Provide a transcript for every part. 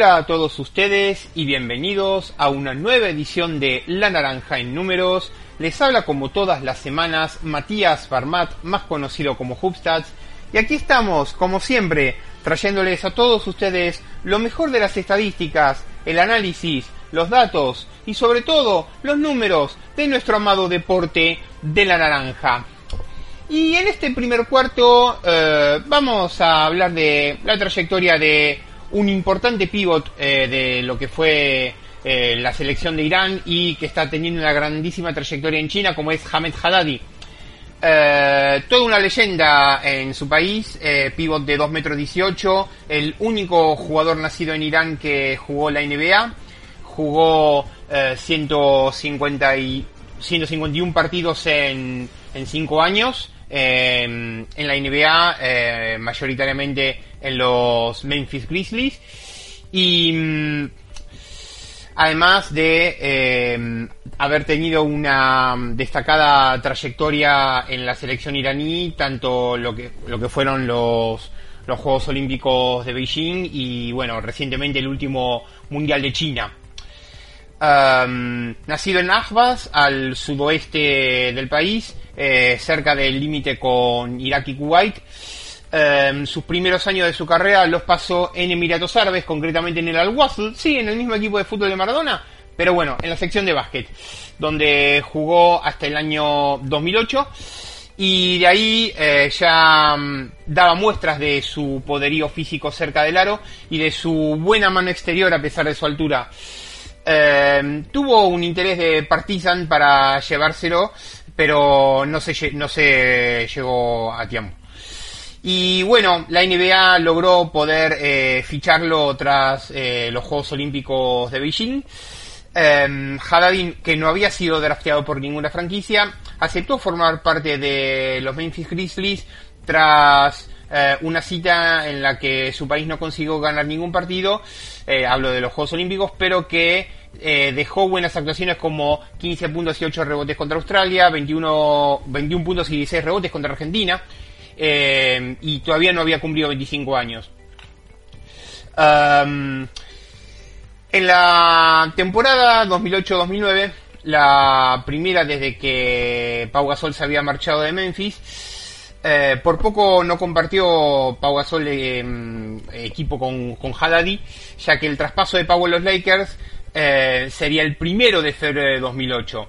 Hola a todos ustedes y bienvenidos a una nueva edición de La Naranja en Números. Les habla como todas las semanas Matías Barmat, más conocido como Hubstats. Y aquí estamos, como siempre, trayéndoles a todos ustedes lo mejor de las estadísticas, el análisis, los datos y sobre todo los números de nuestro amado deporte de la naranja. Y en este primer cuarto vamos a hablar de la trayectoria de un importante pívot de lo que fue la selección de Irán y que está teniendo una grandísima trayectoria en China, como es Ahmed Haddadi. Toda una leyenda en su país, pívot de 2,18 m, el único jugador nacido en Irán que jugó la NBA, jugó 151 partidos en 5 años. En la NBA, mayoritariamente en los Memphis Grizzlies, y además de haber tenido una destacada trayectoria en la selección iraní, tanto lo que fueron los Juegos Olímpicos de Beijing y bueno, recientemente el último Mundial de China. Nacido en Ahvaz, al sudoeste del país, cerca del límite con Irak y Kuwait. Sus primeros años de su carrera los pasó en Emiratos Árabes, concretamente en el Al-Wasl, sí, en el mismo equipo de fútbol de Maradona, pero bueno, en la sección de básquet, donde jugó hasta el año 2008, y de ahí ya daba muestras de su poderío físico cerca del aro y de su buena mano exterior a pesar de su altura. Tuvo un interés de Partizan para llevárselo, pero no se llegó a tiempo. Y bueno, la NBA logró poder ficharlo tras los Juegos Olímpicos de Beijing. Haddadi, que no había sido drafteado por ninguna franquicia, aceptó formar parte de los Memphis Grizzlies tras una cita en la que su país no consiguió ganar ningún partido. Hablo de los Juegos Olímpicos, pero que dejó buenas actuaciones como 15 puntos y 8 rebotes contra Australia, 21 puntos y 16 rebotes contra Argentina, y todavía no había cumplido 25 años. En la temporada 2008-2009, la primera desde que Pau Gasol se había marchado de Memphis, por poco no compartió Pau Gasol equipo con Haddadi, ya que el traspaso de Pau a los Lakers sería el 1 de febrero de 2008.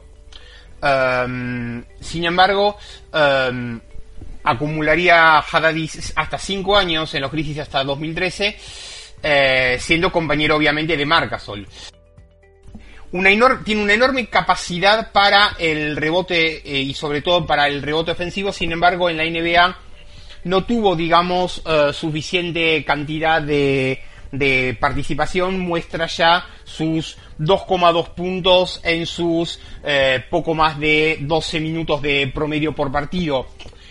Sin embargo, acumularía Haddadi hasta 5 años en los Grizzlies hasta 2013, siendo compañero obviamente de Marc Gasol. Tiene una enorme capacidad para el rebote y sobre todo para el rebote ofensivo. Sin embargo, en la NBA no tuvo, digamos, suficiente cantidad de participación. Muestra ya sus 2,2 puntos en sus poco más de 12 minutos de promedio por partido.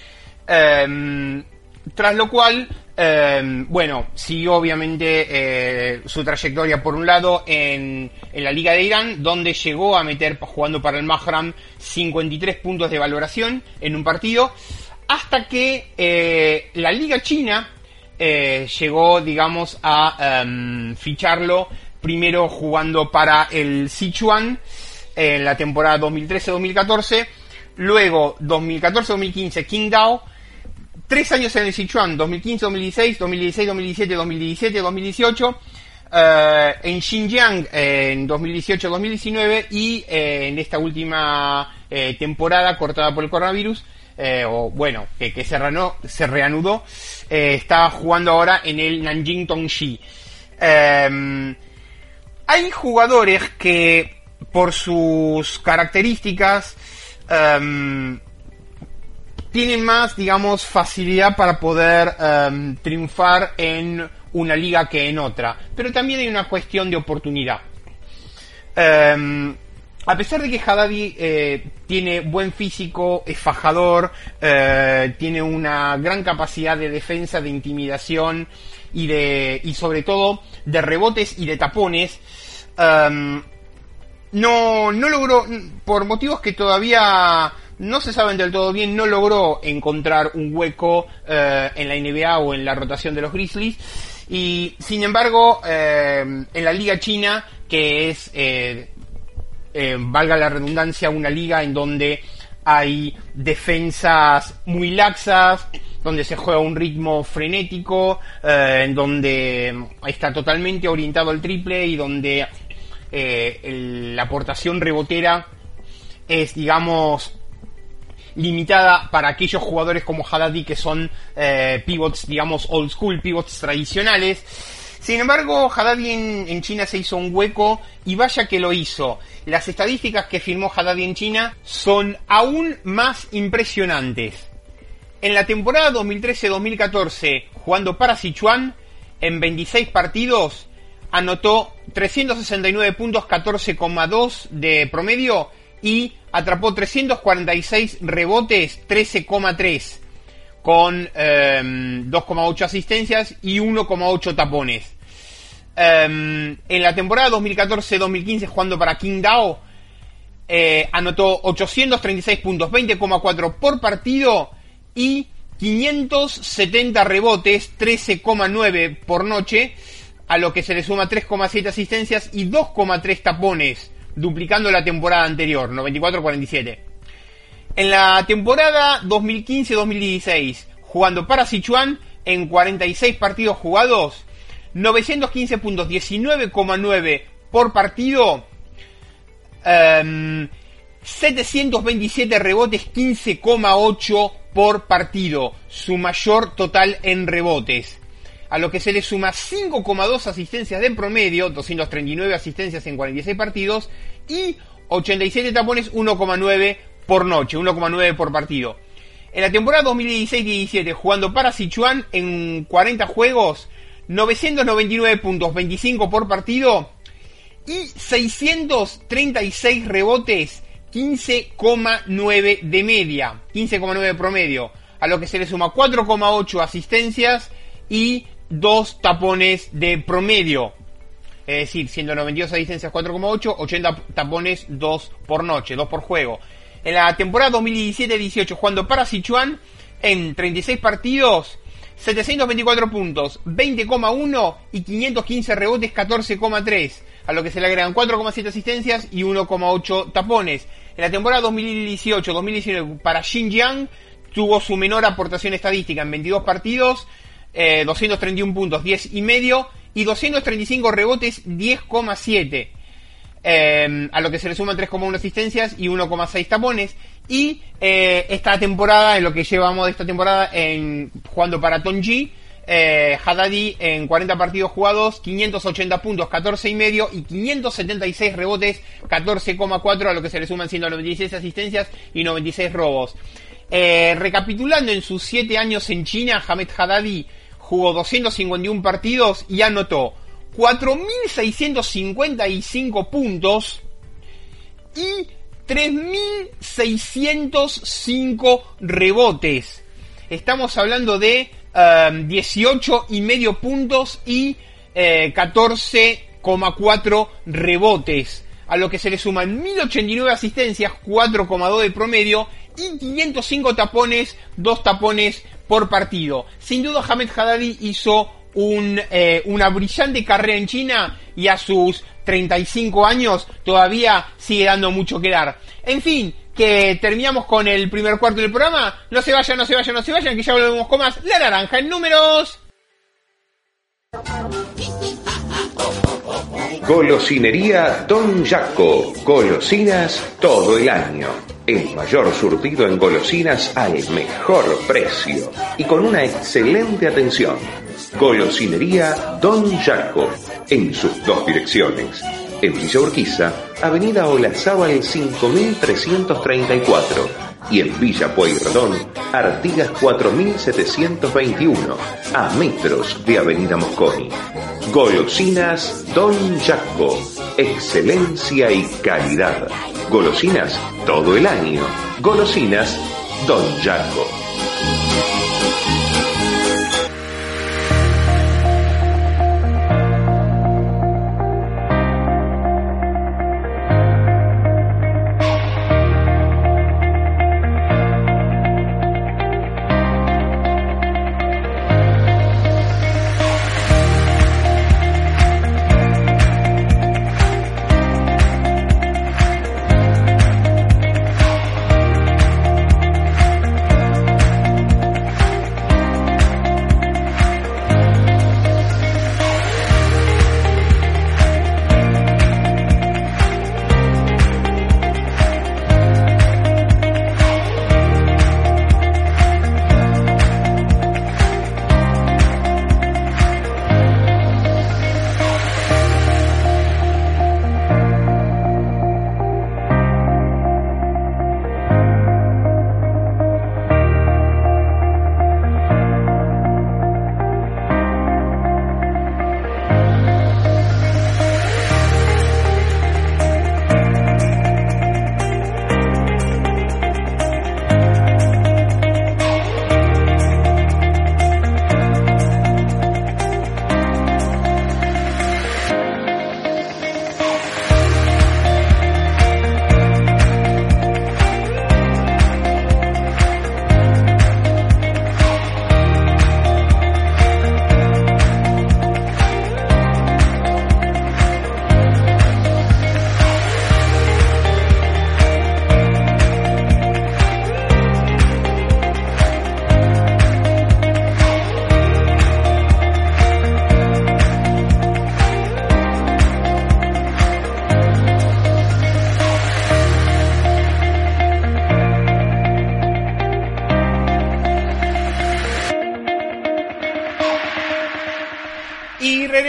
Tras lo cual, bueno, siguió obviamente su trayectoria por un lado en la Liga de Irán, donde llegó a meter, jugando para el Mahram, 53 puntos de valoración en un partido, hasta que la Liga China llegó, digamos, a ficharlo, primero jugando para el Sichuan en la temporada 2013-2014, luego 2014-2015 Qingdao, 3 años en el Sichuan, 2015-2016, 2016-2017, 2017-2018, en Xinjiang en 2018-2019 y en esta última temporada cortada por el coronavirus, que se reanudó, está jugando ahora en el Nanjing Tongxi. Hay jugadores que por sus características tienen más, digamos, facilidad para poder triunfar en una liga que en otra, pero también hay una cuestión de oportunidad. A pesar de que Haddadi tiene buen físico, es fajador, tiene una gran capacidad de defensa, de intimidación y sobre todo de rebotes y de tapones, no logró, por motivos que todavía no se saben del todo bien, no logró encontrar un hueco en la NBA o en la rotación de los Grizzlies. Y sin embargo, en la liga china, que es, valga la redundancia, una liga en donde hay defensas muy laxas, donde se juega a un ritmo frenético, en donde está totalmente orientado al triple y donde la aportación rebotera es, digamos, limitada para aquellos jugadores como Haddadi, que son pivots, digamos, old school, pivots tradicionales. Sin embargo, Haddadi en China se hizo un hueco, y vaya que lo hizo. Las estadísticas que firmó Haddadi en China son aún más impresionantes. En la temporada 2013-2014, jugando para Sichuan, en 26 partidos, anotó 369 puntos, 14,2 de promedio, y atrapó 346 rebotes, 13,3, con 2,8 asistencias y 1,8 tapones. En la temporada 2014-2015, jugando para Qingdao, anotó 836 puntos, 20,4 por partido, y 570 rebotes, 13,9 por noche, a lo que se le suma 3,7 asistencias y 2,3 tapones, duplicando la temporada anterior, 94-47. En la temporada 2015-2016, jugando para Sichuan, en 46 partidos jugados, 915 puntos, 19,9 por partido, 727 rebotes, 15,8 por partido, su mayor total en rebotes, a lo que se le suma 5,2 asistencias de promedio, 239 asistencias en 46 partidos, y 87 tapones, 1,9 por noche, 1,9 por partido. En la temporada 2016-17, jugando para Sichuan, en 40 juegos, 999 puntos, 25 por partido, y 636 rebotes, 15,9 de media, 15,9 de promedio, a lo que se le suma 4,8 asistencias y 2 tapones de promedio. Es decir, 192 asistencias, 4,8, 80 tapones, 2 por noche, 2 por juego. En la temporada 2017-18, jugando para Sichuan, en 36 partidos, 724 puntos, 20,1 y 515 rebotes, 14,3, a lo que se le agregan 4,7 asistencias y 1,8 tapones. En la temporada 2018-2019, para Xinjiang, tuvo su menor aportación estadística en 22 partidos, 231 puntos, 10,5, y 235 rebotes, 10,7. A lo que se le suman 3,1 asistencias y 1,6 tapones. Y esta temporada, en lo que llevamos de esta temporada, jugando para Tongji, Haddadi en 40 partidos jugados, 580 puntos, 14,5, y 576 rebotes, 14,4, a lo que se le suman 196 asistencias y 96 robos. Recapitulando, en sus 7 años en China, Ahmed Haddadi jugó 251 partidos y anotó 4.655 puntos y 3.605 rebotes. Estamos hablando de 18,5 puntos y 14,4 rebotes, a lo que se le suman 1.089 asistencias, 4,2 de promedio, y 505 tapones, 2 tapones por partido. Sin duda, Ahmed Haddadi hizo una brillante carrera en China, y a sus 35 años todavía sigue dando mucho que dar. En fin, que terminamos con el primer cuarto del programa. No se vayan, que ya volvemos con más La Naranja en Números. Golosinería Don Jaco. Golosinas todo el año. El mayor surtido en golosinas al mejor precio y con una excelente atención. Golosinería Don Jaco, en sus 2 direcciones. En Villa Urquiza, Avenida Olazábal 5334, y en Villa Pueyrredón, Artigas 4721, a metros de Avenida Mosconi. Golosinas Don Jaco, excelencia y calidad. Golosinas todo el año. Golosinas Don Jaco.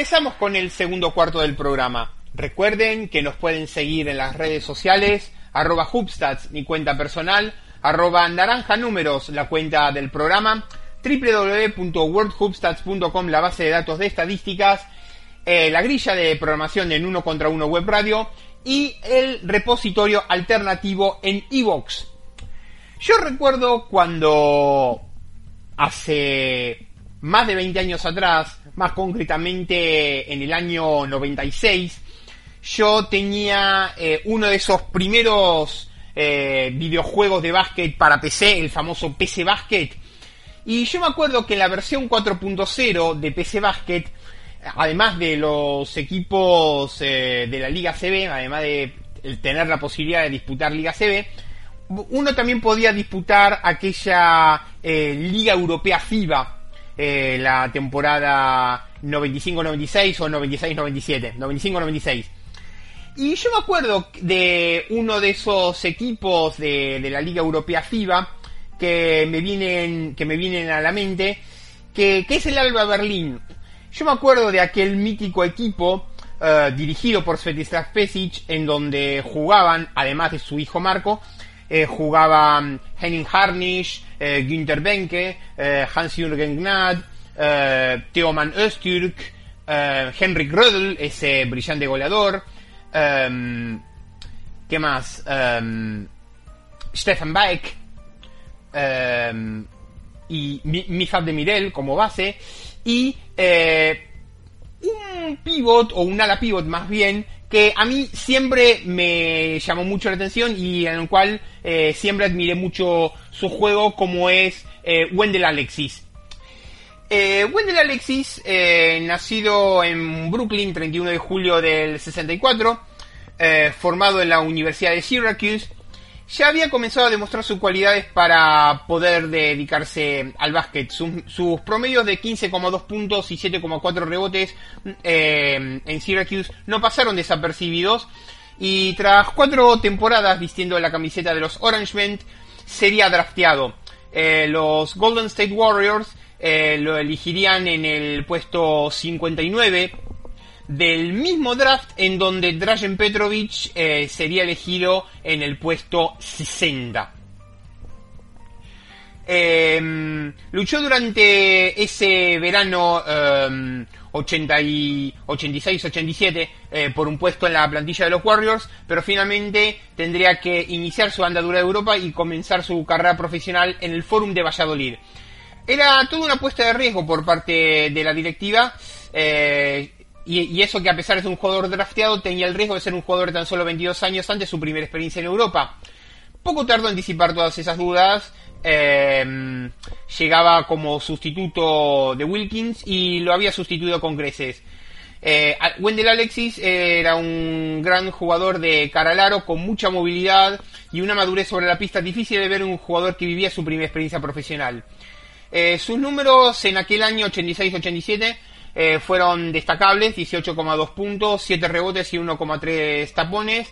regresamos con el segundo cuarto del programa. Recuerden que nos pueden seguir en las redes sociales, @Hubstats, mi cuenta personal, @naranjanúmeros, la cuenta del programa, www.worldhubstats.com, la base de datos de estadísticas, la grilla de programación en Uno contra Uno Web Radio y el repositorio alternativo en iVoox. Yo recuerdo cuando hace más de 20 años atrás, más concretamente en el año 96, yo tenía uno de esos primeros videojuegos de básquet para PC, el famoso PC Basket. Y yo me acuerdo que en la versión 4.0 de PC Basket, además de los equipos de la Liga CB, además de tener la posibilidad de disputar Liga CB, uno también podía disputar aquella Liga Europea FIBA, la temporada 95-96 o 96-97, 95-96. Y yo me acuerdo de uno de esos equipos de la Liga Europea FIBA que me vienen a la mente, que es el Alba Berlín. Yo me acuerdo de aquel mítico equipo dirigido por Svetislav Pesic, en donde jugaban, además de su hijo Marco, jugaban Henning Harnisch, Günther Benke, Hans-Jürgen Gnad, Theoman Öztürk, Henrik Rödl, ese brillante goleador, ¿qué más? Stefan Beck, y Mifab de Mirel como base, y un pivot, o un ala pivot más bien, que a mí siempre me llamó mucho la atención y en el cual siempre admiré mucho su juego, como es Wendell Alexis. Wendell Alexis, nacido en Brooklyn, 31 de julio del 64, formado en la Universidad de Syracuse, ya había comenzado a demostrar sus cualidades para poder dedicarse al básquet. Sus promedios de 15,2 puntos y 7,4 rebotes en Syracuse no pasaron desapercibidos, y tras 4 temporadas vistiendo la camiseta de los Orange Men, sería drafteado. Los Golden State Warriors lo elegirían en el puesto 59 del mismo draft, en donde Dražen Petrovic sería elegido en el puesto 60. Luchó durante ese verano 86-87 por un puesto en la plantilla de los Warriors, pero finalmente tendría que iniciar su andadura de Europa y comenzar su carrera profesional en el Fórum de Valladolid. Era toda una apuesta de riesgo por parte de la directiva, y eso que, a pesar de ser un jugador drafteado, tenía el riesgo de ser un jugador de tan solo 22 años antes de su primera experiencia en Europa. Poco tardó en disipar todas esas dudas. Llegaba como sustituto de Wilkins y lo había sustituido con creces. Wendell Alexis era un gran jugador de cara al aro, con mucha movilidad y una madurez sobre la pista difícil de ver en un jugador que vivía su primera experiencia profesional. Sus números en aquel año 86-87 fueron destacables: 18,2 puntos, 7 rebotes y 1,3 tapones,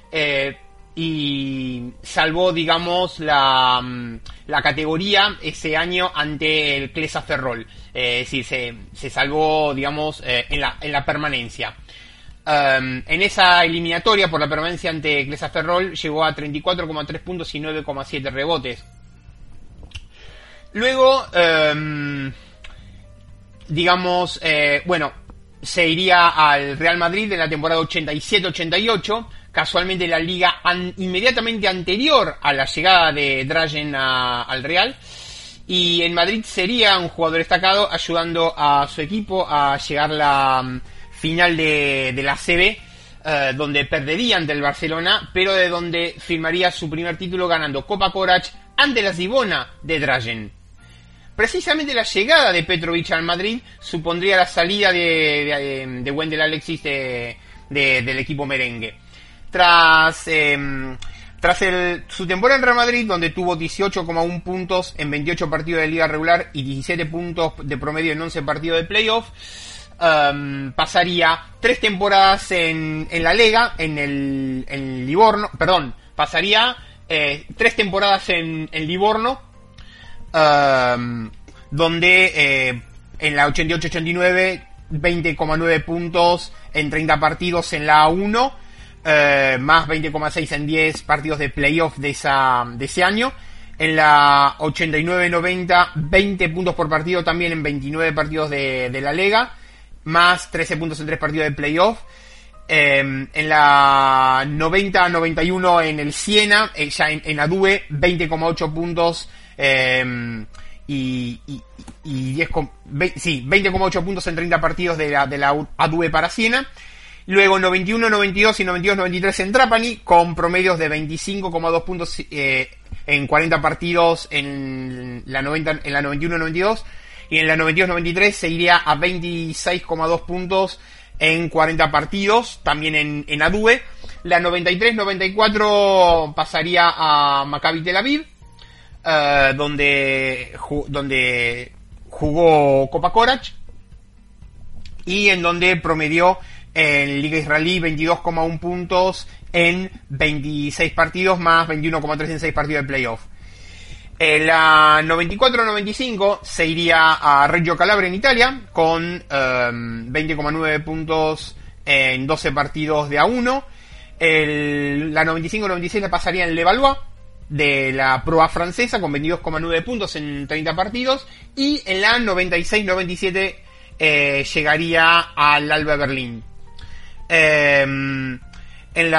y salvó, digamos, la categoría ese año ante el Klesa Ferrol. Es decir, se salvó, digamos, en la permanencia. En esa eliminatoria por la permanencia ante Klesa Ferrol llegó a 34,3 puntos y 9,7 rebotes. Luego, digamos, se iría al Real Madrid en la temporada 87-88, casualmente la liga inmediatamente anterior a la llegada de Dražen al Real, y en Madrid sería un jugador destacado, ayudando a su equipo a llegar a la final de la CB, donde perdería ante el Barcelona, pero de donde firmaría su primer título ganando Copa Korać ante la Cibona de Dražen. Precisamente la llegada de Petrovic al Madrid supondría la salida de Wendell Alexis del equipo merengue. Tras su temporada en Real Madrid, donde tuvo 18,1 puntos en 28 partidos de liga regular y 17 puntos de promedio en 11 partidos de playoff, pasaría 3 temporadas en la Lega, en Livorno, pasaría 3 temporadas en Livorno, donde en la 88-89 20,9 puntos en 30 partidos en la A1, más 20,6 en 10 partidos de playoff de ese año. En la 89-90, 20 puntos por partido también en 29 partidos de la Lega, más 13 puntos en 3 partidos de playoff. En la 90-91 en el Siena, ya en ADUE, 20,8 puntos y 20,8 puntos en 30 partidos de la ADUE para Siena. Luego 91-92 y 92-93 en Trapani, con promedios de 25,2 puntos en 40 partidos en la 91-92, y en la 92-93 se iría a 26,2 puntos en 40 partidos, también en ADUE. La 93-94 pasaría a Maccabi Tel Aviv, donde jugó Copa Korach, y en donde promedió en Liga Israelí 22,1 puntos en 26 partidos, más 21,3 en 6 partidos de playoff. En la 94-95 se iría a Reggio Calabria en Italia, con 20,9 puntos en 12 partidos de A1. La 95-96 la pasaría en Levallois, de la Pro A francesa, con 22,9 puntos en 30 partidos. Y en la 96-97 llegaría al Alba Berlín. En el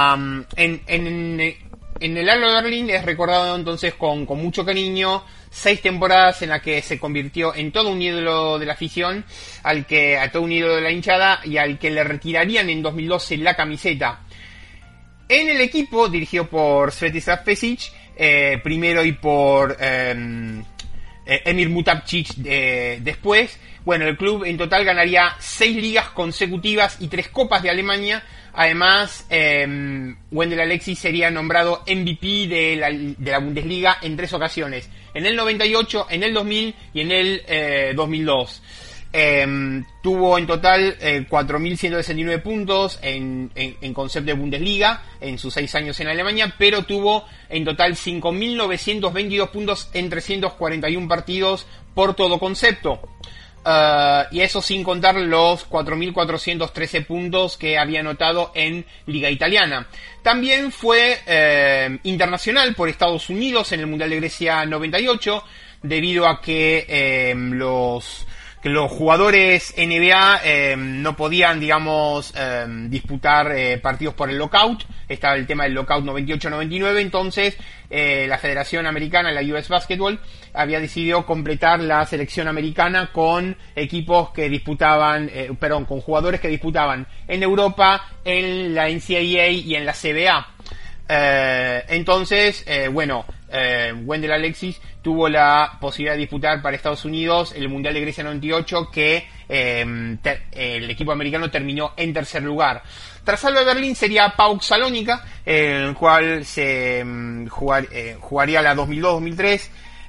Alba Berlín es recordado entonces con mucho cariño, 6 temporadas en las que se convirtió en todo un ídolo de la afición, a todo un ídolo de la hinchada, y al que le retirarían en 2012 la camiseta. En el equipo, dirigido por Svetislav Pesic, primero, y por Emir Mutapcic después. Bueno, el club en total ganaría 6 ligas consecutivas y 3 copas de Alemania. Además, Wendell Alexis sería nombrado MVP de la Bundesliga en 3 ocasiones: en el 98, en el 2000 y en el 2002. Tuvo en total 4.169 puntos en concepto de Bundesliga en sus 6 años en Alemania, pero tuvo en total 5.922 puntos en 341 partidos por todo concepto. Y eso sin contar los 4.413 puntos que había anotado en Liga Italiana. También fue internacional por Estados Unidos en el Mundial de Grecia 98, debido a que los jugadores NBA no podían, digamos, disputar partidos por el lockout. Estaba el tema del lockout 98-99, entonces la Federación Americana, la US Basketball, había decidido completar la selección americana con equipos que disputaban, con jugadores que disputaban en Europa, en la NCAA y en la CBA. Entonces, Wendell Alexis tuvo la posibilidad de disputar para Estados Unidos el Mundial de Grecia 98, que el equipo americano terminó en tercer lugar. Tras Alba Berlín sería PAOK Salónica, en el cual se jugaría la 2002-2003,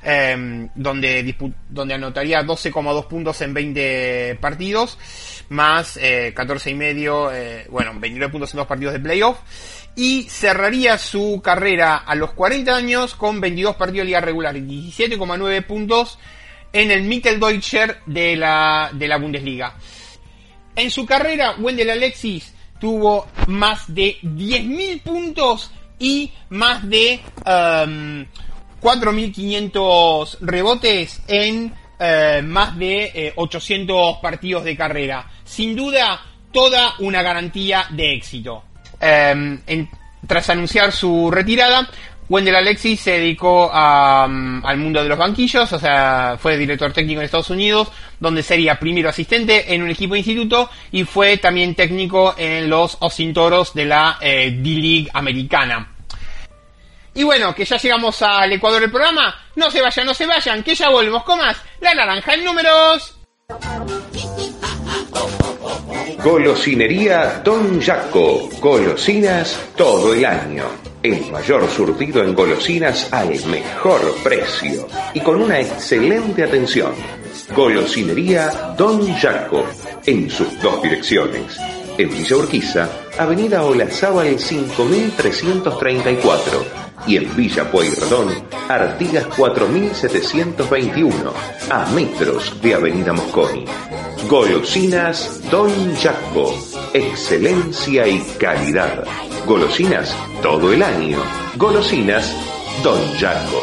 donde anotaría 12,2 puntos en 20 partidos, más 14,5, 29 puntos en 2 partidos de playoff. Y cerraría su carrera a los 40 años con 22 partidos de liga regular y 17,9 puntos en el Mitteldeutscher de la Bundesliga. En su carrera, Wendell Alexis tuvo más de 10.000 puntos y más de 4.500 rebotes en más de 800 partidos de carrera. Sin duda, toda una garantía de éxito. Tras anunciar su retirada, Wendell Alexis se dedicó al mundo de los banquillos, o sea, fue director técnico en Estados Unidos, donde sería primero asistente en un equipo de instituto y fue también técnico en los Austin Toros de la D-League americana. Y bueno, que ya llegamos al Ecuador del programa. No se vayan, que ya volvemos con más La Naranja en Números. Golosinería Don Jaco. Golosinas todo el año. El mayor surtido en golosinas al mejor precio y con una excelente atención. Golosinería Don Jaco, en sus 2 direcciones. En Villa Urquiza, Avenida Olazábal 5334. Y en Villa Pueyrredón, Artigas 4721, a metros de Avenida Mosconi. Golosinas Don Jaco, excelencia y calidad. Golosinas todo el año. Golosinas Don Jaco.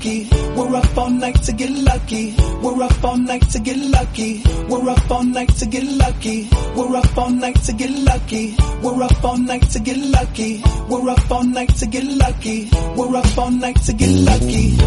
lucky. We're up all night to get lucky. We're up all night to get lucky. We're up all night to get lucky. We're up all night to get lucky. We're up all night to get lucky. We're up all night to get lucky. We're up all night to get lucky.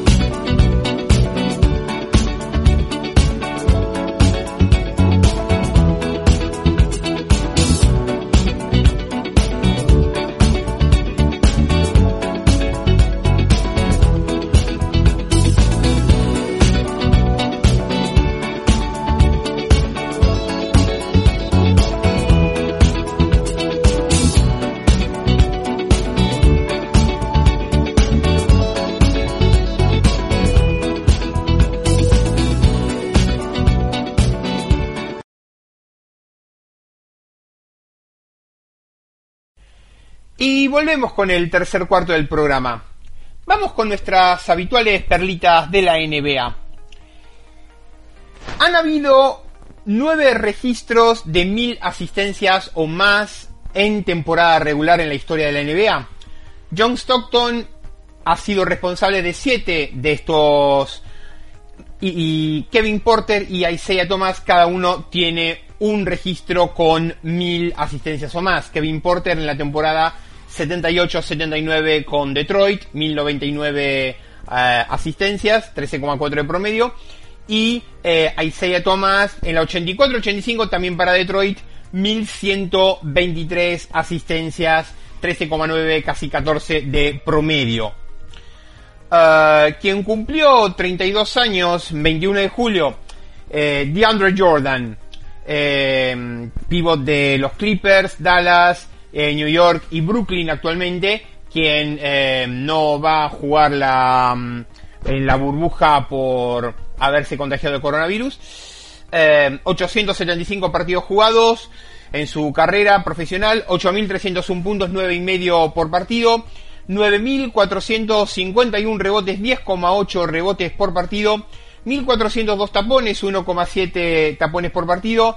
Y volvemos con el tercer cuarto del programa. Vamos con nuestras habituales perlitas de la NBA. Han habido 9 registros de 1000 asistencias o más en temporada regular en la historia de la NBA. John Stockton ha sido responsable de 7 de estos, y Kevin Porter y Isaiah Thomas cada uno tiene un registro con 1000 asistencias o más. Kevin Porter en la temporada 78-79 con Detroit, 1099 asistencias, 13,4 de promedio. Y Isaiah Thomas en la 84-85 también para Detroit, 1123 asistencias, 13,9, casi 14 de promedio. Quien cumplió 32 años, 21 de julio, DeAndre Jordan, pívot de los Clippers, Dallas, New York y Brooklyn actualmente, quien no va a jugar en la burbuja por haberse contagiado de coronavirus. 875 partidos jugados en su carrera profesional, 8.301 puntos, 9,5 por partido, 9.451 rebotes, 10,8 rebotes por partido, 1.402 tapones, 1,7 tapones por partido,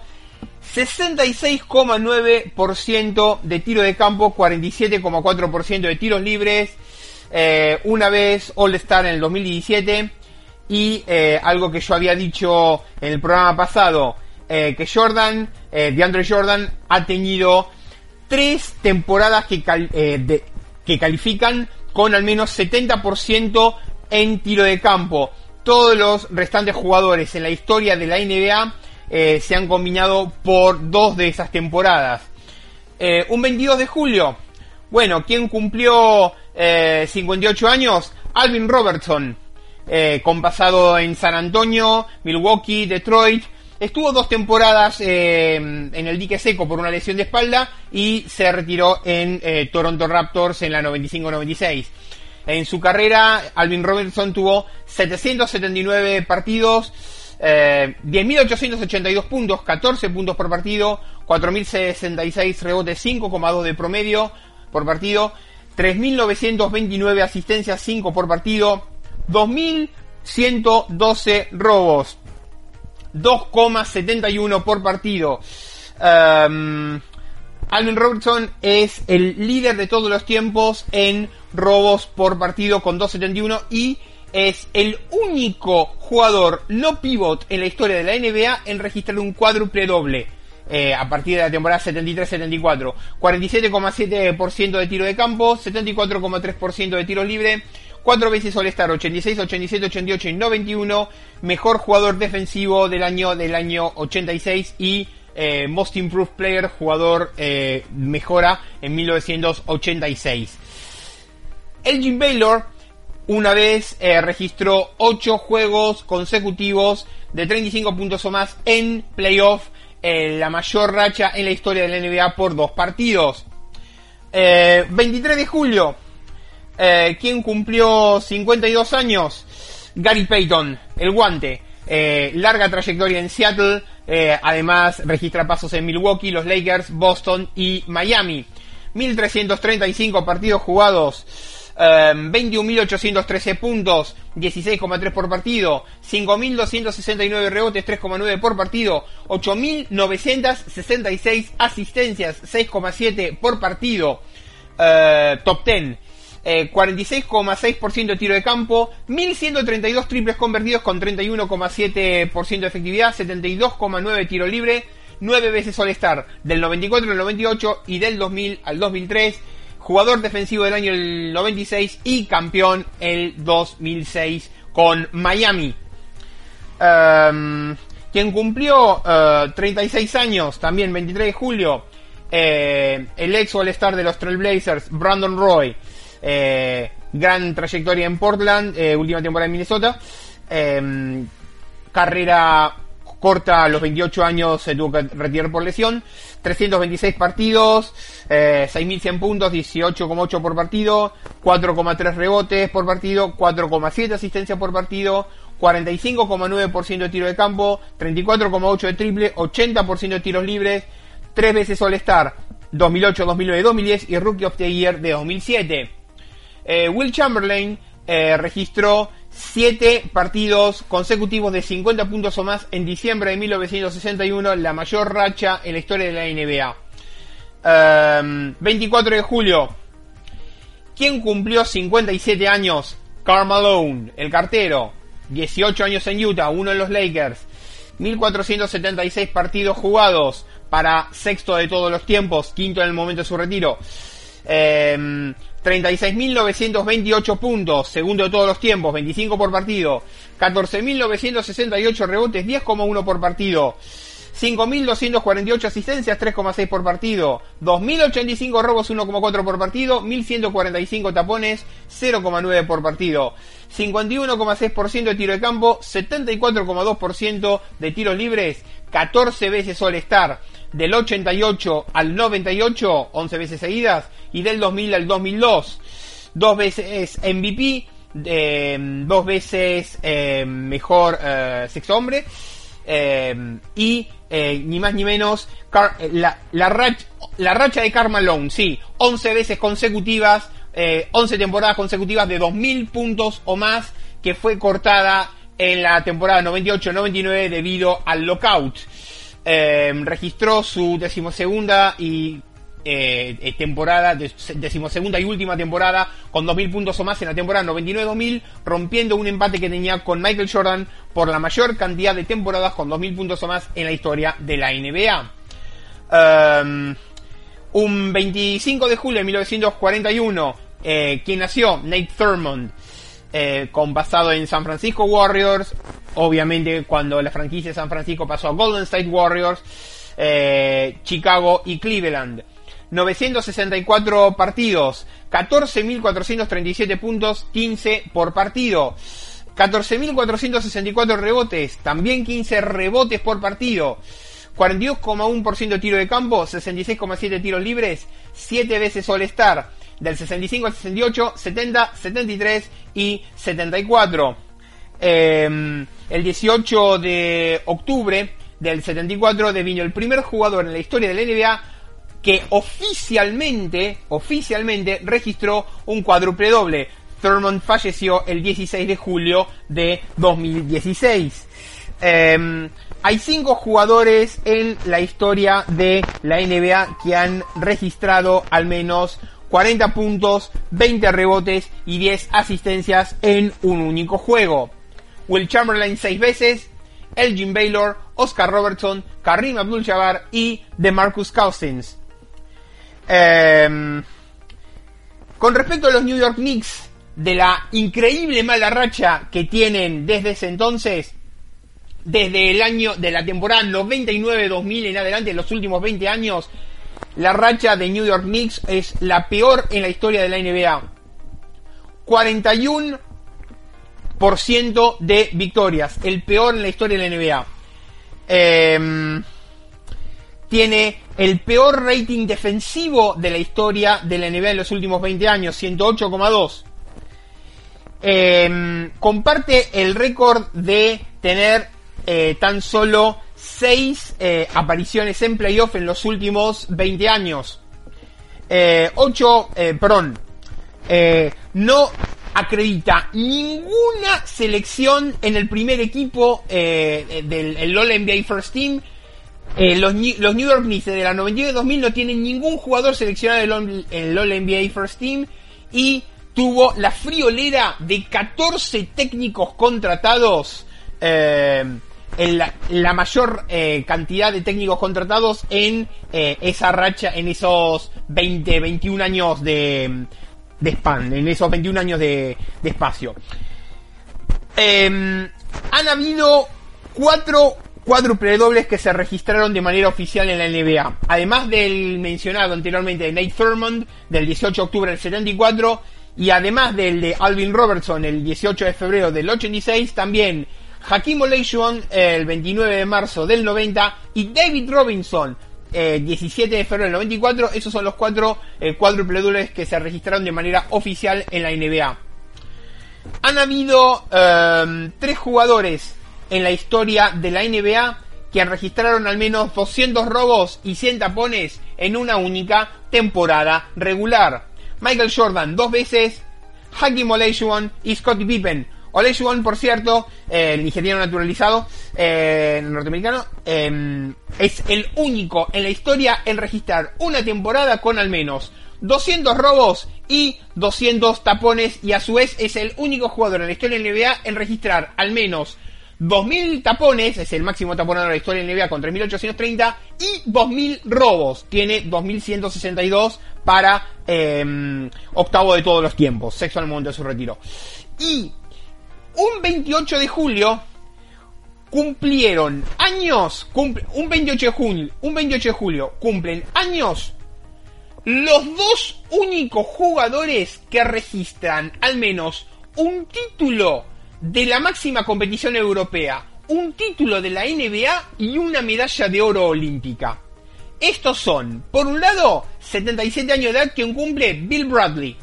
66,9% de tiro de campo, 47,4% de tiros libres, una vez All-Star en el 2017, y algo que yo había dicho en el programa pasado, que DeAndre Jordan ha tenido 3 temporadas que califican con al menos 70% en tiro de campo. Todos los restantes jugadores en la historia de la NBA se han combinado por 2 de esas temporadas. Un 22 de julio, bueno, ¿quién cumplió 58 años? Alvin Robertson, con pasado en San Antonio, Milwaukee, Detroit. Estuvo 2 temporadas en el dique seco por una lesión de espalda y se retiró en Toronto Raptors en la 95-96. En su carrera, Alvin Robertson tuvo 779 partidos, 10.882 puntos, 14 puntos por partido, 4.066 rebotes, 5,2 de promedio por partido, 3.929 asistencias, 5 por partido, 2.112 robos, 2,71 por partido. Alvin Robertson es el líder de todos los tiempos en robos por partido con 2,71 y es el único jugador no pivot en la historia de la NBA en registrar un cuádruple doble a partir de la temporada 73-74. 47,7% de tiro de campo, 74,3% de tiros libres, 4 veces All-Star, 86, 87, 88 y 91, mejor jugador defensivo del año 86 y Most Improved Player, jugador mejora en 1986. Elgin Baylor una vez registró 8 juegos consecutivos de 35 puntos o más en playoff, la mayor racha en la historia de la NBA por 2 partidos. 23 de julio, ¿quién cumplió 52 años? Gary Payton, el guante. Larga trayectoria en Seattle, además registra pasos en Milwaukee, los Lakers, Boston y Miami. 1.335 partidos jugados, 21.813 puntos, 16,3 por partido, 5.269 rebotes, 3,9 por partido, 8.966 asistencias, 6,7 por partido, top 10. 46,6% de tiro de campo, 1132 triples convertidos con 31,7% de efectividad, 72,9 de tiro libre, 9 veces All-Star del 94 al 98 y del 2000 al 2003, jugador defensivo del año el 96 y campeón el 2006 con Miami. Quien cumplió 36 años, también 23 de julio, el ex All-Star de los Trail Blazers, Brandon Roy, gran trayectoria en Portland, última temporada en Minnesota, carrera corta, a los 28 años se tuvo que retirar por lesión, 326 partidos, 6.100 puntos, 18,8 por partido, 4,3 rebotes por partido, 4,7 asistencias por partido, 45,9% de tiro de campo, 34,8 de triple, 80% de tiros libres, 3 veces All-Star, 2008, 2009, 2010 y Rookie of the Year de 2007. Will Chamberlain registró 7 partidos consecutivos de 50 puntos o más en diciembre de 1961, la mayor racha en la historia de la NBA. 24 de julio, ¿quién cumplió 57 años? Karl Malone, el cartero, 18 años en Utah, uno en los Lakers, 1476 partidos jugados para sexto de todos los tiempos, quinto en el momento de su retiro. 36.928 puntos, segundo de todos los tiempos, 25 por partido, 14.968 rebotes, 10,1 por partido, 5.248 asistencias, 3,6 por partido, 2.085 robos, 1,4 por partido, 1.145 tapones, 0,9 por partido, 51,6% de tiro de campo, 74,2% de tiros libres, 14 veces All-Star, del 88 al 98, 11 veces seguidas, y del 2000 al 2002, 2 veces MVP, 2 veces mejor sexto hombre, y ni más ni menos la racha de Karl Malone, sí, 11 veces consecutivas, 11 temporadas consecutivas de 2000 puntos o más, que fue cortada en la temporada 98-99 debido al lockout. Registró su decimosegunda y decimosegunda y última temporada con 2000 puntos o más en la temporada 99-2000, rompiendo un empate que tenía con Michael Jordan por la mayor cantidad de temporadas con 2000 puntos o más en la historia de la NBA. Un 25 de julio de 1941, quien nació, Nate Thurmond, con pasado en San Francisco Warriors, obviamente cuando la franquicia de San Francisco pasó a Golden State Warriors, Chicago y Cleveland. 964 partidos, 14.437 puntos, 15 por partido, 14.464 rebotes, también 15 rebotes por partido, 42,1% de tiro de campo, 66,7 tiros libres, 7 veces All-Star, del 65 al 68, 70, 73 y 74. El 18 de octubre del 74 devino el primer jugador en la historia de la NBA que oficialmente registró un cuádruple doble. Thurmond falleció el 16 de julio de 2016. Hay 5 jugadores en la historia de la NBA que han registrado al menos 40 puntos, 20 rebotes y 10 asistencias en un único juego. Will Chamberlain 6 veces, Elgin Baylor, Oscar Robertson, Kareem Abdul-Jabbar y DeMarcus Cousins. Con respecto a los New York Knicks, de la increíble mala racha que tienen desde ese entonces, desde el año de la temporada 99-2000 en adelante, los últimos 20 años, la racha de New York Knicks es la peor en la historia de la NBA. 41% de victorias, el peor en la historia de la NBA. Tiene el peor rating defensivo de la historia de la NBA en los últimos 20 años, 108,2. Comparte el récord de tener tan solo 6 apariciones en playoff en los últimos 20 años. No acredita ninguna selección en el primer equipo del All-NBA First Team. Los New York Knicks de la 99-2000 no tienen ningún jugador seleccionado en el All-NBA First Team, y tuvo la friolera de 14 técnicos contratados, en la mayor cantidad de técnicos contratados en esa racha, en esos 21 años de span, en esos 21 años de espacio. Han habido 4 cuádruple dobles que se registraron de manera oficial en la NBA. Además del mencionado anteriormente de Nate Thurmond, del 18 de octubre del 74, y además del de Alvin Robertson, el 18 de febrero del 86, también Hakeem Olajuwon el 29 de marzo del 90 y David Robinson 17 de febrero del 94. Esos son los 4 cuádruple dobles que se registraron de manera oficial en la NBA. Han habido 3 jugadores en la historia de la NBA que registraron al menos 200 robos y 100 tapones en una única temporada regular. Michael Jordan 2 veces, Hakeem Olajuwon y Scottie Pippen. Olajuwon, por cierto, el nigeriano naturalizado norteamericano, es el único en la historia en registrar una temporada con al menos 200 robos y 200 tapones, y a su vez es el único jugador en la historia de la NBA en registrar al menos 2000 tapones, es el máximo taponador de la historia de la NBA con 3830, y 2000 robos, tiene 2162 para octavo de todos los tiempos, sexto al momento de su retiro. Y un 28 de julio cumplieron años, un 28 de julio cumplen años los 2 únicos jugadores que registran al menos un título de la máxima competición europea, un título de la NBA y una medalla de oro olímpica. Estos son, por un lado, 77 años de edad que cumple Bill Bradley,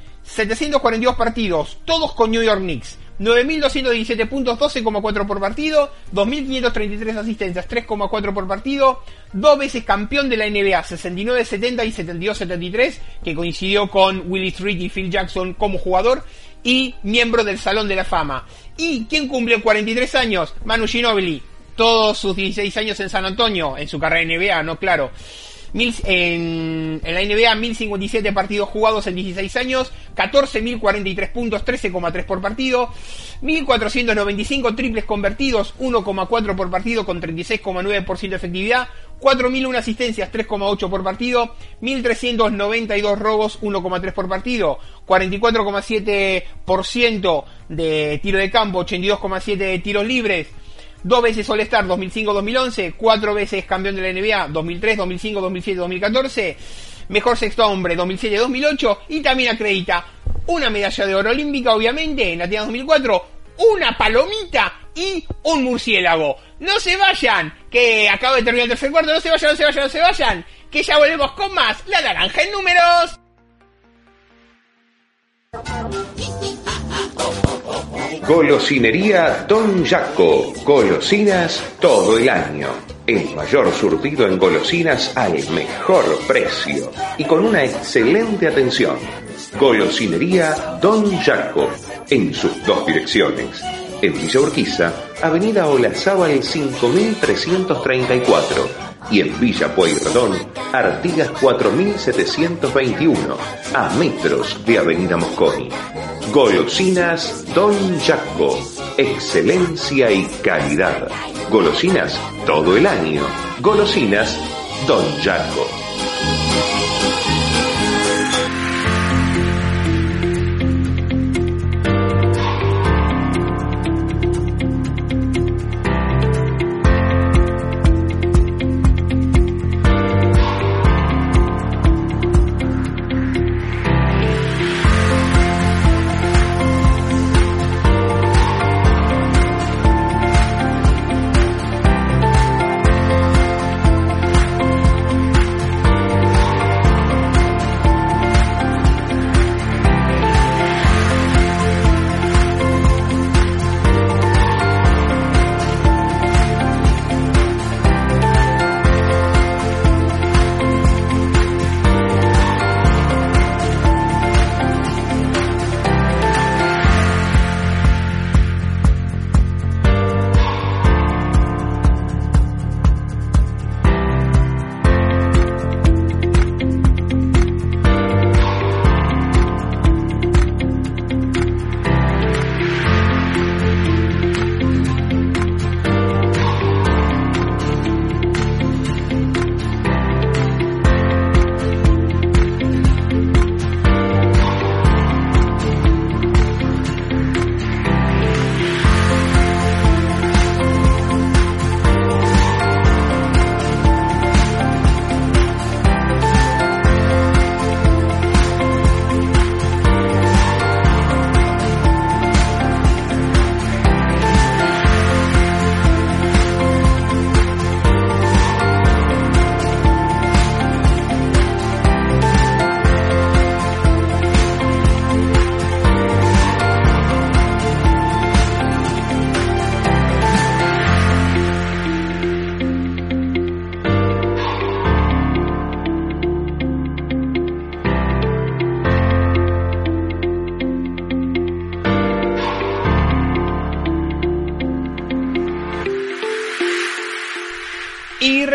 742 partidos, todos con New York Knicks, 9.217 puntos, 12,4 por partido, 2.533 asistencias, 3,4 por partido, 2 veces campeón de la NBA, 69-70 y 72-73, que coincidió con Willis Reed y Phil Jackson como jugador, y miembro del Salón de la Fama. ¿Y quién cumplió 43 años? Manu Ginóbili, todos sus 16 años en San Antonio, en su carrera en NBA, no claro. En la NBA, 1057 partidos jugados en 16 años, 14.043 puntos, 13,3 por partido, 1.495 triples convertidos, 1,4 por partido con 36,9% de efectividad, 4.001 asistencias, 3,8 por partido, 1.392 robos, 1,3 por partido, 44,7% de tiro de campo, 82,7 de tiros libres, 2 veces All-Star 2005-2011, 4 veces campeón de la NBA 2003, 2005, 2007, 2014, mejor sexto hombre 2007-2008, y también acredita una medalla de oro olímpica, obviamente, en Atenas 2004, una palomita y un murciélago. No se vayan, que acabo de terminar el tercer cuarto, no se vayan, que ya volvemos con más La Naranja en Números. Golosinería Don Jaco. Golosinas todo el año. El mayor surtido en golosinas al mejor precio y con una excelente atención. Golosinería Don Jaco, en sus 2 direcciones. En Villa Urquiza, Avenida Olazábal 5334, y en Villa Pueyrredón, Artigas 4721, a metros de Avenida Mosconi. Golosinas Don Jaco, excelencia y calidad. Golosinas todo el año. Golosinas Don Jaco.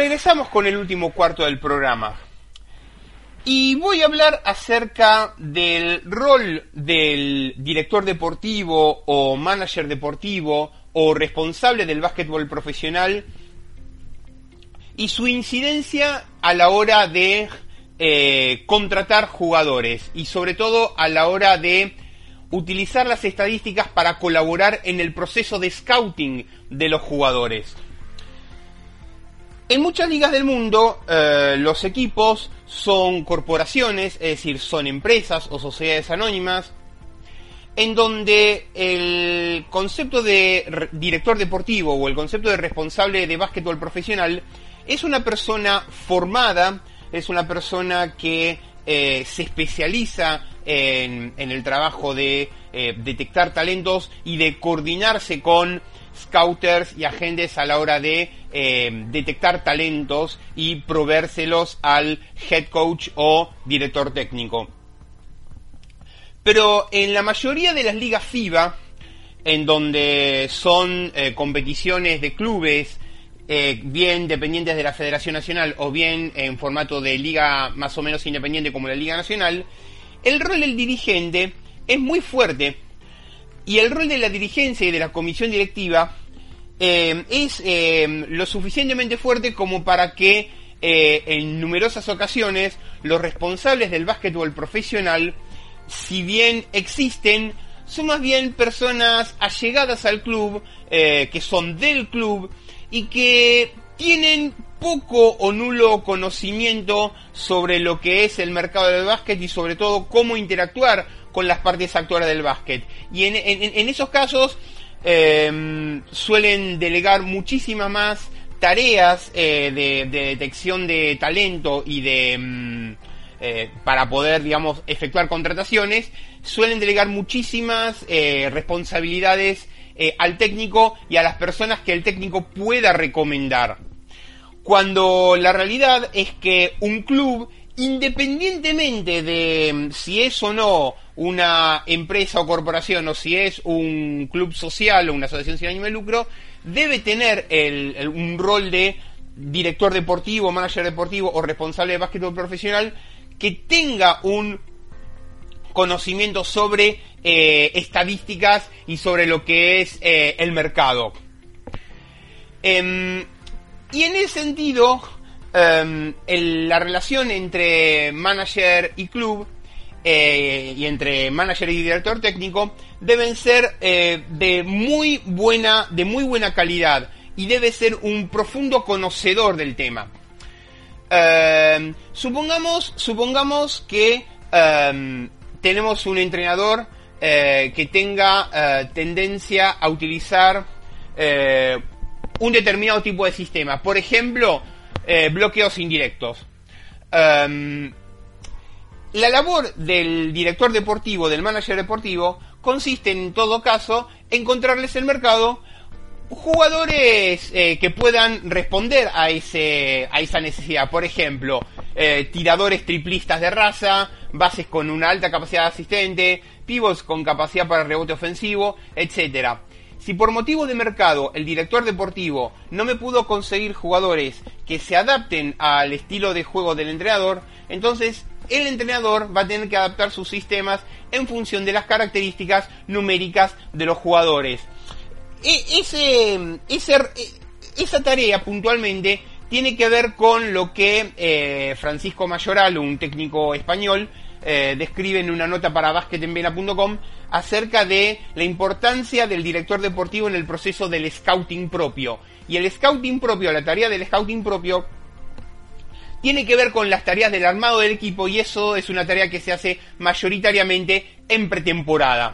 regresamos con el último cuarto del programa. Y voy a hablar acerca del rol del director deportivo o manager deportivo o responsable del básquetbol profesional y su incidencia a la hora de contratar jugadores y sobre todo a la hora de utilizar las estadísticas para colaborar en el proceso de scouting de los jugadores. En muchas ligas del mundo, los equipos son corporaciones, es decir, son empresas o sociedades anónimas, en donde el concepto de director deportivo o el concepto de responsable de básquetbol profesional es una persona formada, es una persona que se especializa en el trabajo de detectar talentos y de coordinarse con scouters y agentes a la hora de detectar talentos y proveérselos al head coach o director técnico. Pero en la mayoría de las ligas FIBA, en donde son competiciones de clubes, bien dependientes de la Federación Nacional o bien en formato de liga más o menos independiente como la Liga Nacional, el rol del dirigente es muy fuerte y el rol de la dirigencia y de la comisión directiva es lo suficientemente fuerte como para que en numerosas ocasiones los responsables del básquetbol profesional, si bien existen, son más bien personas allegadas al club, que son del club y que tienen poco o nulo conocimiento sobre lo que es el mercado del básquet y sobre todo cómo interactuar con las partes actuales del básquet. Y en esos casos suelen delegar muchísimas más tareas de detección de talento y de para poder, digamos, efectuar contrataciones. Suelen delegar muchísimas responsabilidades al técnico y a las personas que el técnico pueda recomendar, cuando la realidad es que un club, independientemente de si es o no una empresa o corporación o si es un club social o una asociación sin ánimo de lucro, debe tener un rol de director deportivo, manager deportivo o responsable de básquetbol profesional que tenga un conocimiento sobre estadísticas y sobre lo que es el mercado. Y en ese sentido, la relación entre manager y club y entre manager y director técnico deben ser de muy buena calidad y debe ser un profundo conocedor del tema. Supongamos que tenemos un entrenador que tenga tendencia a utilizar un determinado tipo de sistema, por ejemplo, bloqueos indirectos. La labor del director deportivo, del manager deportivo, consiste en todo caso en encontrarles en el mercado jugadores que puedan responder a esa necesidad. Por ejemplo, tiradores triplistas de raza, bases con una alta capacidad asistente, pivots con capacidad para rebote ofensivo, etcétera. Si por motivo de mercado el director deportivo no me pudo conseguir jugadores que se adapten al estilo de juego del entrenador, entonces el entrenador va a tener que adaptar sus sistemas en función de las características numéricas de los jugadores. Esa tarea puntualmente tiene que ver con lo que Francisco Mayoral, un técnico español, describe en una nota para basketenvena.com acerca de la importancia del director deportivo en el proceso del scouting propio. Y el scouting propio, la tarea del scouting propio, tiene que ver con las tareas del armado del equipo, y eso es una tarea que se hace mayoritariamente en pretemporada.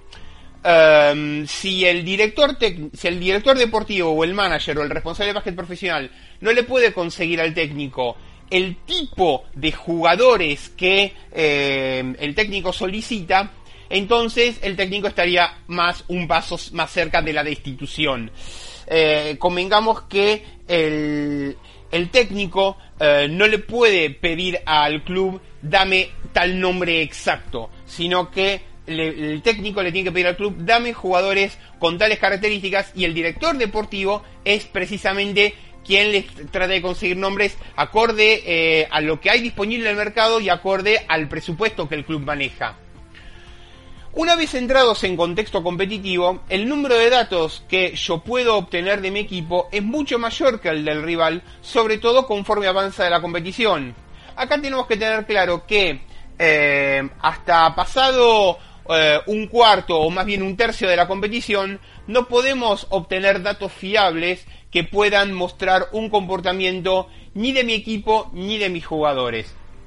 Si el director deportivo o el manager o el responsable de básquet profesional no le puede conseguir al técnico el tipo de jugadores que el técnico solicita, entonces el técnico estaría un paso más cerca de la destitución. Convengamos que el técnico no le puede pedir al club dame tal nombre exacto, sino que el técnico le tiene que pedir al club dame jugadores con tales características, y el director deportivo es precisamente quien les trata de conseguir nombres acorde a lo que hay disponible en el mercado y acorde al presupuesto que el club maneja. Una vez entrados en contexto competitivo, el número de datos que yo puedo obtener de mi equipo es mucho mayor que el del rival, sobre todo conforme avanza la competición. Acá tenemos que tener claro que hasta pasado un cuarto o más bien un tercio de la competición no podemos obtener datos fiables que puedan mostrar un comportamiento ni de mi equipo ni de mis jugadores.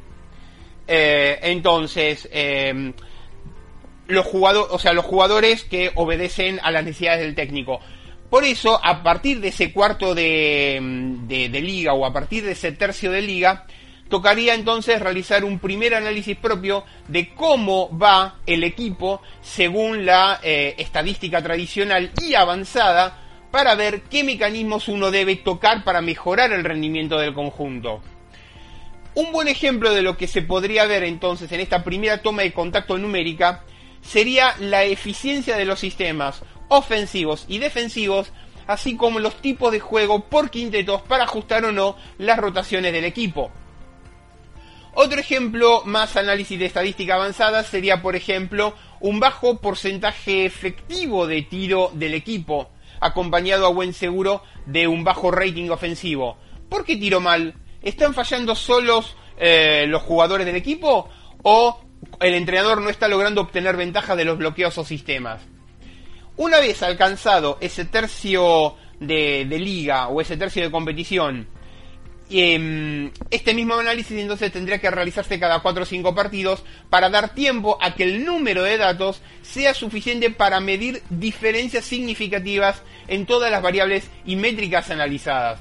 Entonces, los jugadores que obedecen a las necesidades del técnico. Por eso, a partir de ese cuarto de liga o a partir de ese tercio de liga, tocaría entonces realizar un primer análisis propio de cómo va el equipo según la estadística tradicional y avanzada, para ver qué mecanismos uno debe tocar para mejorar el rendimiento del conjunto. Un buen ejemplo de lo que se podría ver entonces en esta primera toma de contacto numérica sería la eficiencia de los sistemas ofensivos y defensivos, así como los tipos de juego por quintetos para ajustar o no las rotaciones del equipo. Otro ejemplo más análisis de estadística avanzada sería, por ejemplo, un bajo porcentaje efectivo de tiro del equipo, acompañado a buen seguro de un bajo rating ofensivo. ¿Por qué tiro mal? ¿Están fallando solos los jugadores del equipo o el entrenador no está logrando obtener ventaja de los bloqueos o sistemas? Una vez alcanzado ese tercio de liga o ese tercio de competición, este mismo análisis entonces tendría que realizarse cada 4 o 5 partidos para dar tiempo a que el número de datos sea suficiente para medir diferencias significativas en todas las variables y métricas analizadas.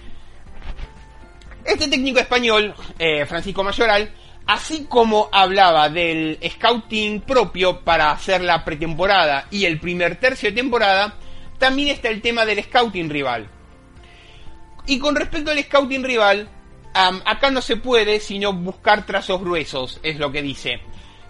Este técnico español, Francisco Mayoral, así como hablaba del scouting propio para hacer la pretemporada y el primer tercio de temporada, también está el tema del scouting rival. Y con respecto al scouting rival, acá no se puede sino buscar trazos gruesos, es lo que dice.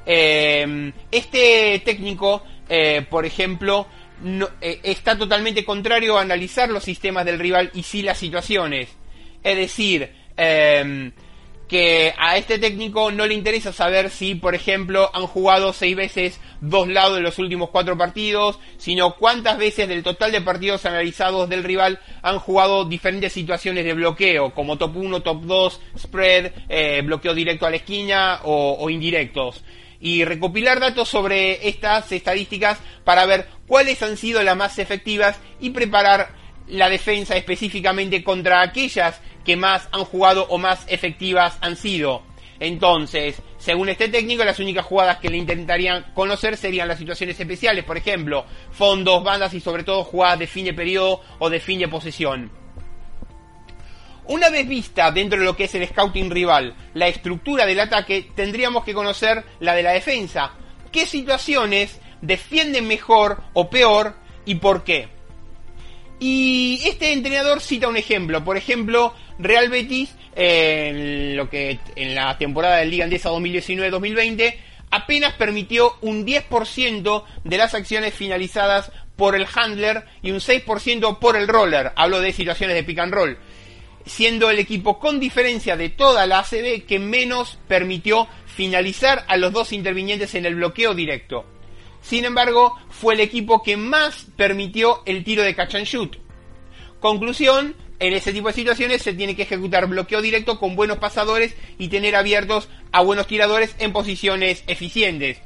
Este técnico, por ejemplo, está totalmente contrario a analizar los sistemas del rival y sí las situaciones. Es decir, que a este técnico no le interesa saber si, por ejemplo, han jugado 6 veces 2 lados en los últimos 4 partidos, sino cuántas veces del total de partidos analizados del rival han jugado diferentes situaciones de bloqueo, como top 1, top 2, spread, bloqueo directo a la esquina o indirectos. Y recopilar datos sobre estas estadísticas para ver cuáles han sido las más efectivas y preparar la defensa específicamente contra aquellas que más han jugado o más efectivas han sido. Entonces, según este técnico, las únicas jugadas que le intentarían conocer serían las situaciones especiales, por ejemplo, fondos, bandas y sobre todo jugadas de fin de periodo o de fin de posesión. Una vez vista dentro de lo que es el scouting rival la estructura del ataque, tendríamos que conocer la de la defensa. ¿Qué situaciones defienden mejor o peor y por qué? Y este entrenador cita un ejemplo, por ejemplo, Real Betis, en la temporada de Liga Endesa 2019-2020, apenas permitió un 10% de las acciones finalizadas por el handler y un 6% por el roller. Hablo de situaciones de pick and roll, siendo el equipo con diferencia de toda la ACB que menos permitió finalizar a los dos intervinientes en el bloqueo directo. Sin embargo, fue el equipo que más permitió el tiro de catch and shoot. Conclusión, en ese tipo de situaciones se tiene que ejecutar bloqueo directo con buenos pasadores y tener abiertos a buenos tiradores en posiciones eficientes.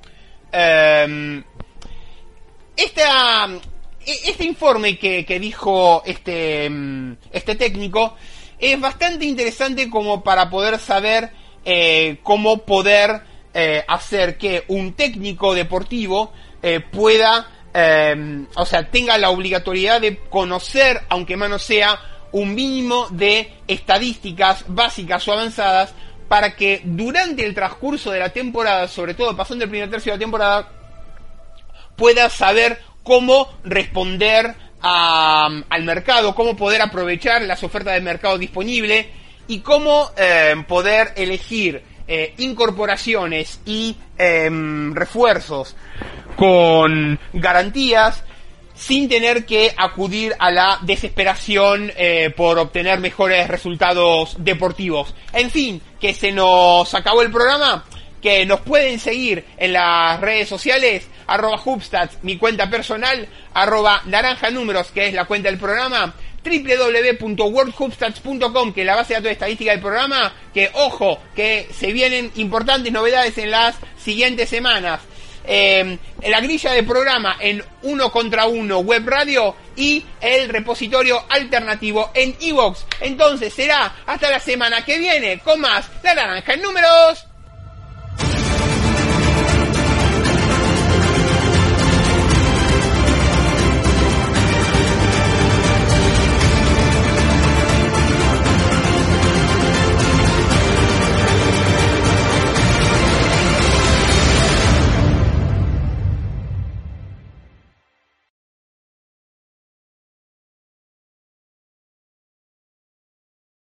Este informe que dijo este técnico es bastante interesante como para poder saber cómo poder hacer que un técnico deportivo pueda, tenga la obligatoriedad de conocer, aunque más no sea, un mínimo de estadísticas básicas o avanzadas para que durante el transcurso de la temporada, sobre todo pasando el primer tercio de la temporada, pueda saber cómo responder al mercado, cómo poder aprovechar las ofertas del mercado disponible y cómo poder elegir incorporaciones y refuerzos con garantías sin tener que acudir a la desesperación por obtener mejores resultados deportivos. En fin, que se nos acabó el programa, que nos pueden seguir en las redes sociales, @Hubstats, mi cuenta personal, @naranjanúmeros, que es la cuenta del programa, www.worldhubstats.com, que es la base de datos de estadística del programa, que ojo, que se vienen importantes novedades en las siguientes semanas. La grilla de programa en 1 contra 1 web radio y el repositorio alternativo en iVoox. Entonces será hasta la semana que viene con más La Naranja en Números.